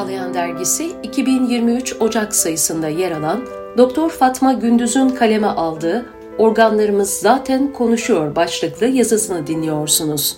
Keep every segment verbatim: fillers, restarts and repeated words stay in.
Çağlayan Dergisi iki bin yirmi üç Ocak sayısında yer alan Doktor Fatma Gündüz'ün kaleme aldığı "Organlarımız zaten konuşuyor" başlıklı yazısını dinliyorsunuz.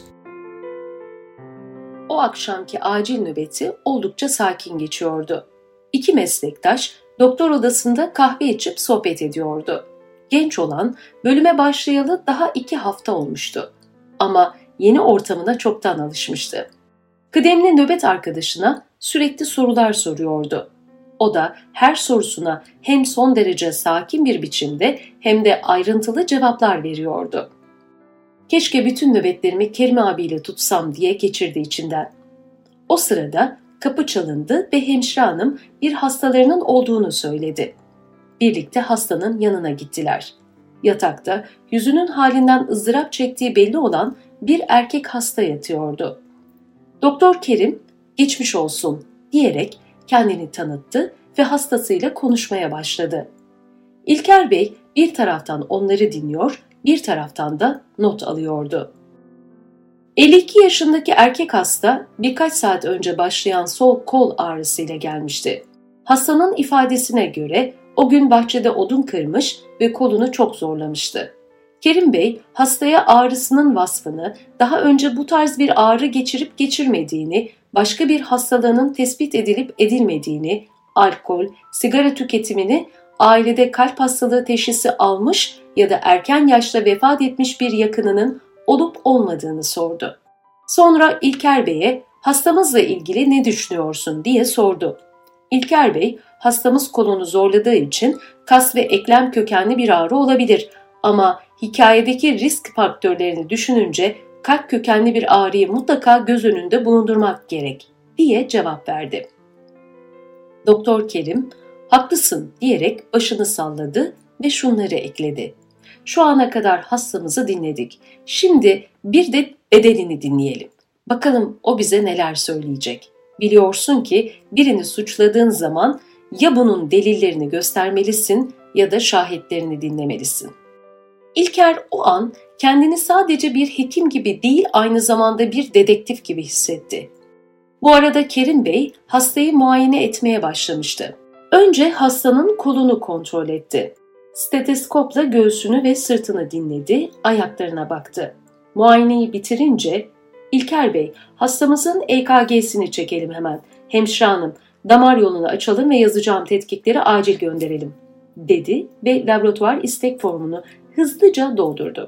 O akşamki acil nöbeti oldukça sakin geçiyordu. İki meslektaş doktor odasında kahve içip sohbet ediyordu. Genç olan bölüme başlayalı daha iki hafta olmuştu. Ama yeni ortamına çoktan alışmıştı. Kıdemli nöbet arkadaşına sürekli sorular soruyordu. O da her sorusuna hem son derece sakin bir biçimde hem de ayrıntılı cevaplar veriyordu. "Keşke bütün nöbetlerimi Kerim abiyle tutsam" diye geçirdi içinden. O sırada kapı çalındı ve hemşire hanım bir hastalarının olduğunu söyledi. Birlikte hastanın yanına gittiler. Yatakta yüzünün halinden ızdırap çektiği belli olan bir erkek hasta yatıyordu. Doktor Kerim, "Geçmiş olsun" diyerek kendini tanıttı ve hastasıyla konuşmaya başladı. İlker Bey bir taraftan onları dinliyor, bir taraftan da not alıyordu. elli iki yaşındaki erkek hasta birkaç saat önce başlayan sol kol ağrısıyla gelmişti. Hastanın ifadesine göre o gün bahçede odun kırmış ve kolunu çok zorlamıştı. Kerim Bey hastaya ağrısının vasfını, daha önce bu tarz bir ağrı geçirip geçirmediğini, başka bir hastalığının tespit edilip edilmediğini, alkol, sigara tüketimini, ailede kalp hastalığı teşhisi almış ya da erken yaşta vefat etmiş bir yakınının olup olmadığını sordu. Sonra İlker Bey'e "Hastamızla ilgili ne düşünüyorsun?" diye sordu. İlker Bey, "Hastamız kolunu zorladığı için kas ve eklem kökenli bir ağrı olabilir ama hikayedeki risk faktörlerini düşününce kalp kökenli bir ağrıyı mutlaka göz önünde bulundurmak gerek" diye cevap verdi. Doktor Kerim, "Haklısın" diyerek başını salladı ve şunları ekledi. "Şu ana kadar hastamızı dinledik. Şimdi bir de bedelini dinleyelim. Bakalım o bize neler söyleyecek. Biliyorsun ki birini suçladığın zaman ya bunun delillerini göstermelisin ya da şahitlerini dinlemelisin." İlker o an kendini sadece bir hekim gibi değil, aynı zamanda bir dedektif gibi hissetti. Bu arada Kerim Bey hastayı muayene etmeye başlamıştı. Önce hastanın kolunu kontrol etti. Steteskopla göğsünü ve sırtını dinledi, ayaklarına baktı. Muayeneyi bitirince "İlker Bey, hastamızın E K G'sini çekelim hemen. Hemşire hanım, damar yolunu açalım ve yazacağım tetkikleri acil gönderelim" dedi ve laboratuvar istek formunu hızlıca doldurdu.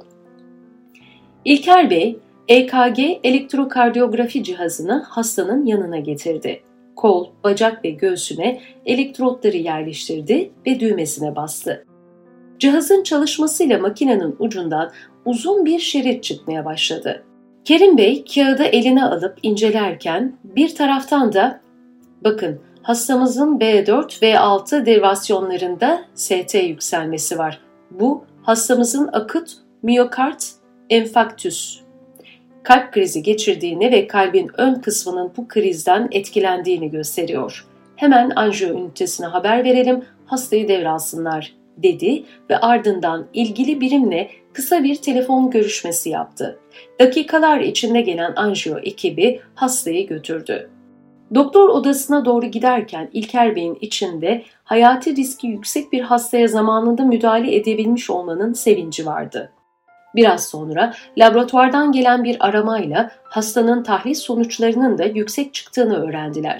İlker Bey, E K G elektrokardiyografi cihazını hastanın yanına getirdi. Kol, bacak ve göğsüne elektrotları yerleştirdi ve düğmesine bastı. Cihazın çalışmasıyla makinenin ucundan uzun bir şerit çıkmaya başladı. Kerim Bey kağıdı eline alıp incelerken bir taraftan da "Bakın, hastamızın B dört ve altı deviasyonlarında S T yükselmesi var. Bu hastamızın akut miyokard enfarktüs, kalp krizi geçirdiğini ve kalbin ön kısmının bu krizden etkilendiğini gösteriyor. Hemen anjiyo ünitesine haber verelim, hastayı devralsınlar" dedi ve ardından ilgili birimle kısa bir telefon görüşmesi yaptı. Dakikalar içinde gelen anjiyo ekibi hastayı götürdü. Doktor odasına doğru giderken İlker Bey'in içinde hayati riski yüksek bir hastaya zamanında müdahale edebilmiş olmanın sevinci vardı. Biraz sonra laboratuvardan gelen bir aramayla hastanın tahlil sonuçlarının da yüksek çıktığını öğrendiler.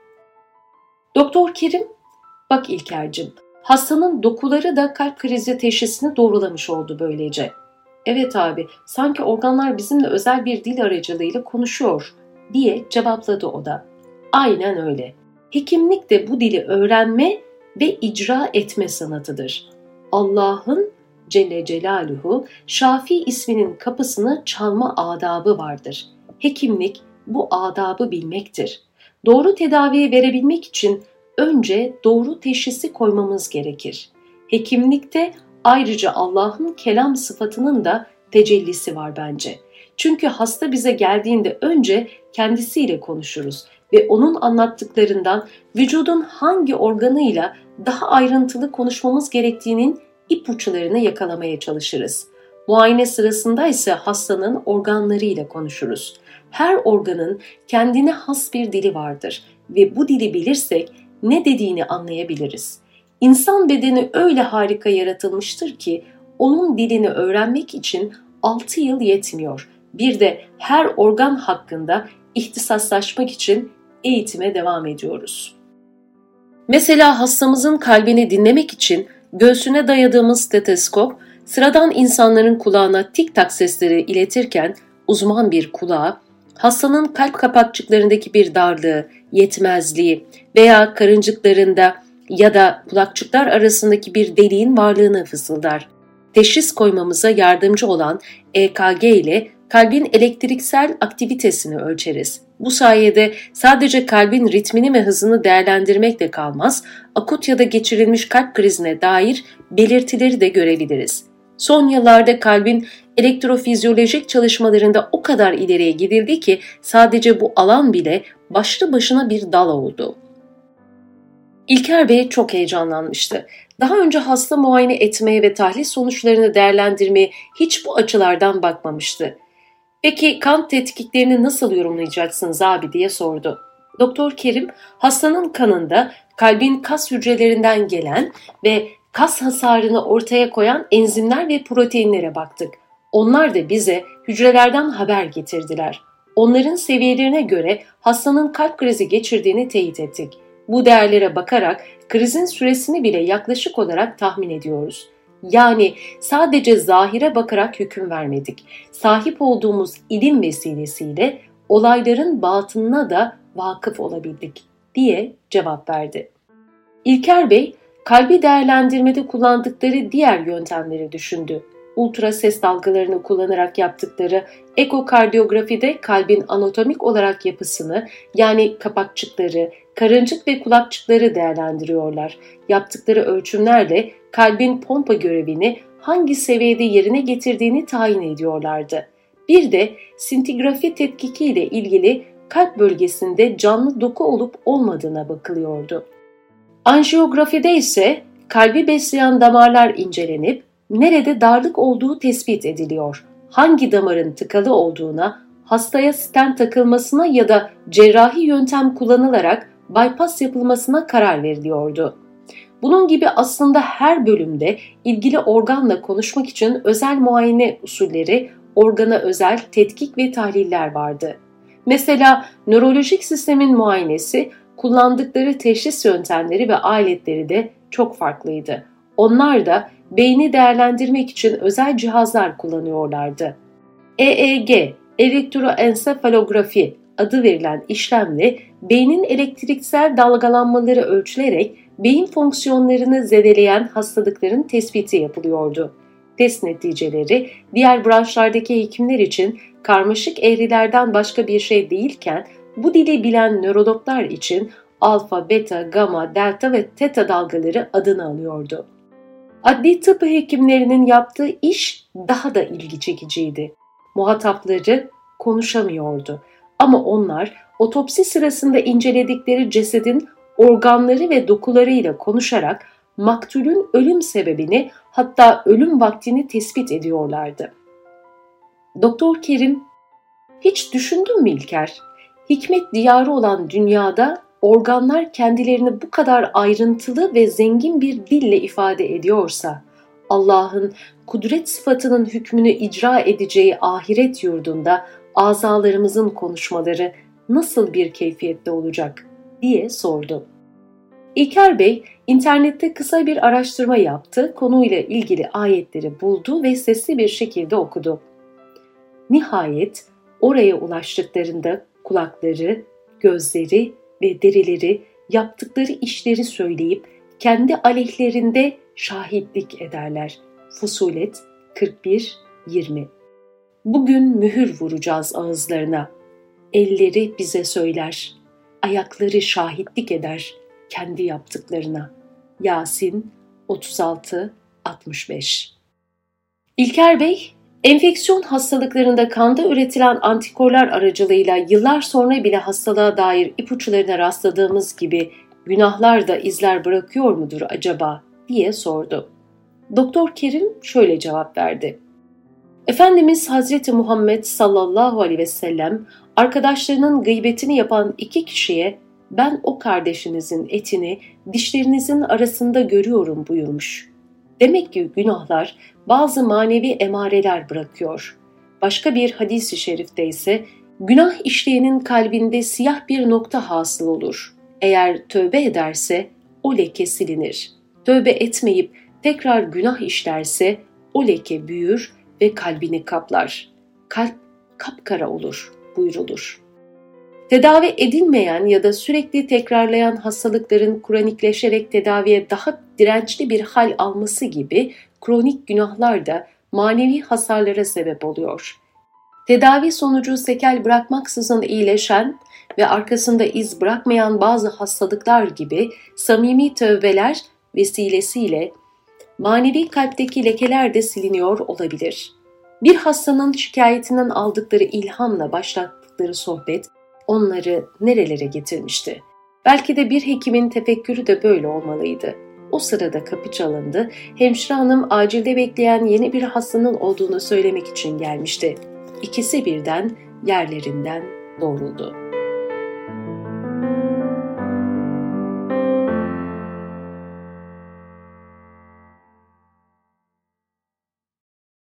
Doktor Kerim, "Bak İlker'cim, hastanın dokuları da kalp krizi teşhisini doğrulamış oldu böylece." "Evet abi, sanki organlar bizimle özel bir dil aracılığıyla konuşuyor" diye cevapladı o da. Aynen öyle. Hekimlik de bu dili öğrenme ve icra etme sanatıdır. Allah'ın Celle Celaluhu Şafi isminin kapısını çalma adabı vardır. Hekimlik bu adabı bilmektir. Doğru tedaviyi verebilmek için önce doğru teşhisi koymamız gerekir. Hekimlikte ayrıca Allah'ın kelam sıfatının da tecellisi var bence. Çünkü hasta bize geldiğinde önce kendisiyle konuşuruz ve onun anlattıklarından vücudun hangi organıyla daha ayrıntılı konuşmamız gerektiğinin ipuçlarını yakalamaya çalışırız. Muayene sırasında ise hastanın organlarıyla konuşuruz. Her organın kendine has bir dili vardır ve bu dili bilirsek ne dediğini anlayabiliriz. İnsan bedeni öyle harika yaratılmıştır ki onun dilini öğrenmek için altı yıl yetmiyor. Bir de her organ hakkında ihtisaslaşmak için eğitime devam ediyoruz. Mesela hastamızın kalbini dinlemek için göğsüne dayadığımız steteskop, sıradan insanların kulağına tik tak sesleri iletirken uzman bir kulağa, hastanın kalp kapakçıklarındaki bir darlığı, yetmezliği veya karıncıklarında ya da kulakçıklar arasındaki bir deliğin varlığını fısıldar. Teşhis koymamıza yardımcı olan E K G ile kalbin elektriksel aktivitesini ölçeriz. Bu sayede sadece kalbin ritmini ve hızını değerlendirmekle kalmaz, akut ya da geçirilmiş kalp krizine dair belirtileri de görebiliriz. Son yıllarda kalbin elektrofizyolojik çalışmalarında o kadar ileriye gidildi ki sadece bu alan bile başlı başına bir dal oldu. İlker Bey çok heyecanlanmıştı. Daha önce hasta muayene etmeye ve tahlil sonuçlarını değerlendirmeye hiç bu açılardan bakmamıştı. "Peki kan tetkiklerini nasıl yorumlayacaksınız abi?" diye sordu. Doktor Kerim, hastanın kanında kalbin kas hücrelerinden gelen ve kas hasarını ortaya koyan enzimler ve proteinlere baktık. Onlar da bize hücrelerden haber getirdiler. Onların seviyelerine göre hastanın kalp krizi geçirdiğini teyit ettik. Bu değerlere bakarak krizin süresini bile yaklaşık olarak tahmin ediyoruz. Yani sadece zahire bakarak hüküm vermedik. Sahip olduğumuz ilim vesilesiyle olayların batınına da vakıf olabildik diye cevap verdi. İlker Bey, kalbi değerlendirmede kullandıkları diğer yöntemleri düşündü. Ultrases dalgalarını kullanarak yaptıkları ekokardiyografide kalbin anatomik olarak yapısını, yani kapakçıkları, karıncık ve kulakçıkları değerlendiriyorlar. Yaptıkları ölçümlerle kalbin pompa görevini hangi seviyede yerine getirdiğini tayin ediyorlardı. Bir de sintigrafi tetkiki ile ilgili kalp bölgesinde canlı doku olup olmadığına bakılıyordu. Anjiyografide ise kalbi besleyen damarlar incelenip nerede darlık olduğu tespit ediliyor. Hangi damarın tıkalı olduğuna, hastaya stent takılmasına ya da cerrahi yöntem kullanılarak bypass yapılmasına karar veriliyordu. Bunun gibi aslında her bölümde ilgili organla konuşmak için özel muayene usulleri, organa özel tetkik ve tahliller vardı. Mesela nörolojik sistemin muayenesi, kullandıkları teşhis yöntemleri ve aletleri de çok farklıydı. Onlar da beyni değerlendirmek için özel cihazlar kullanıyorlardı. E E G, elektroensefalografi adı verilen işlemle beynin elektriksel dalgalanmaları ölçülerek beyin fonksiyonlarını zedeleyen hastalıkların tespiti yapılıyordu. Test neticeleri diğer branşlardaki hekimler için karmaşık eğrilerden başka bir şey değilken, bu dili bilen nörologlar için alfa, beta, gamma, delta ve teta dalgaları adını alıyordu. Adli tıp hekimlerinin yaptığı iş daha da ilgi çekiciydi. Muhatapları konuşamıyordu ama onlar otopsi sırasında inceledikleri cesedin organları ve dokularıyla konuşarak maktulün ölüm sebebini, hatta ölüm vaktini tespit ediyorlardı. Doktor Kerim, "Hiç düşündün mü İlker? Hikmet diyarı olan dünyada organlar kendilerini bu kadar ayrıntılı ve zengin bir dille ifade ediyorsa, Allah'ın kudret sıfatının hükmünü icra edeceği ahiret yurdunda azalarımızın konuşmaları nasıl bir keyfiyette olacak?" diye sordu. İlker Bey internette kısa bir araştırma yaptı, konuyla ilgili ayetleri buldu ve sesli bir şekilde okudu. Nihayet oraya ulaştıklarında kulakları, gözleri ve derileri yaptıkları işleri söyleyip kendi aleyhlerinde şahitlik ederler. Fusulet kırk bir yirmi. Bugün mühür vuracağız ağızlarına. Elleri bize söyler, ayakları şahitlik eder kendi yaptıklarına. Yasin otuz altı altmış beş. İlker Bey, enfeksiyon hastalıklarında kanda üretilen antikorlar aracılığıyla yıllar sonra bile hastalığa dair ipuçlarına rastladığımız gibi günahlar da izler bırakıyor mudur acaba diye sordu. Doktor Kerim şöyle cevap verdi. Efendimiz Hazreti Muhammed sallallahu aleyhi ve sellem arkadaşlarının gıybetini yapan iki kişiye ben o kardeşinizin etini dişlerinizin arasında görüyorum buyurmuş. Demek ki günahlar bazı manevi emareler bırakıyor. Başka bir hadis-i şerifte ise günah işleyenin kalbinde siyah bir nokta hasıl olur. Eğer tövbe ederse o leke silinir. Tövbe etmeyip tekrar günah işlerse o leke büyür ve kalbini kaplar. Kalp kapkara olur buyrulur. Tedavi edilmeyen ya da sürekli tekrarlayan hastalıkların kronikleşerek tedaviye daha dirençli bir hal alması gibi kronik günahlar da manevi hasarlara sebep oluyor. Tedavi sonucu sekel bırakmaksızın iyileşen ve arkasında iz bırakmayan bazı hastalıklar gibi samimi tövbeler vesilesiyle manevi kalpteki lekeler de siliniyor olabilir. Bir hastanın şikayetinden aldıkları ilhamla başlattıkları sohbet onları nerelere getirmişti? Belki de bir hekimin tefekkürü de böyle olmalıydı. O sırada kapı çalındı. Hemşire hanım acilde bekleyen yeni bir hastanın olduğunu söylemek için gelmişti. İkisi birden yerlerinden doğruldu.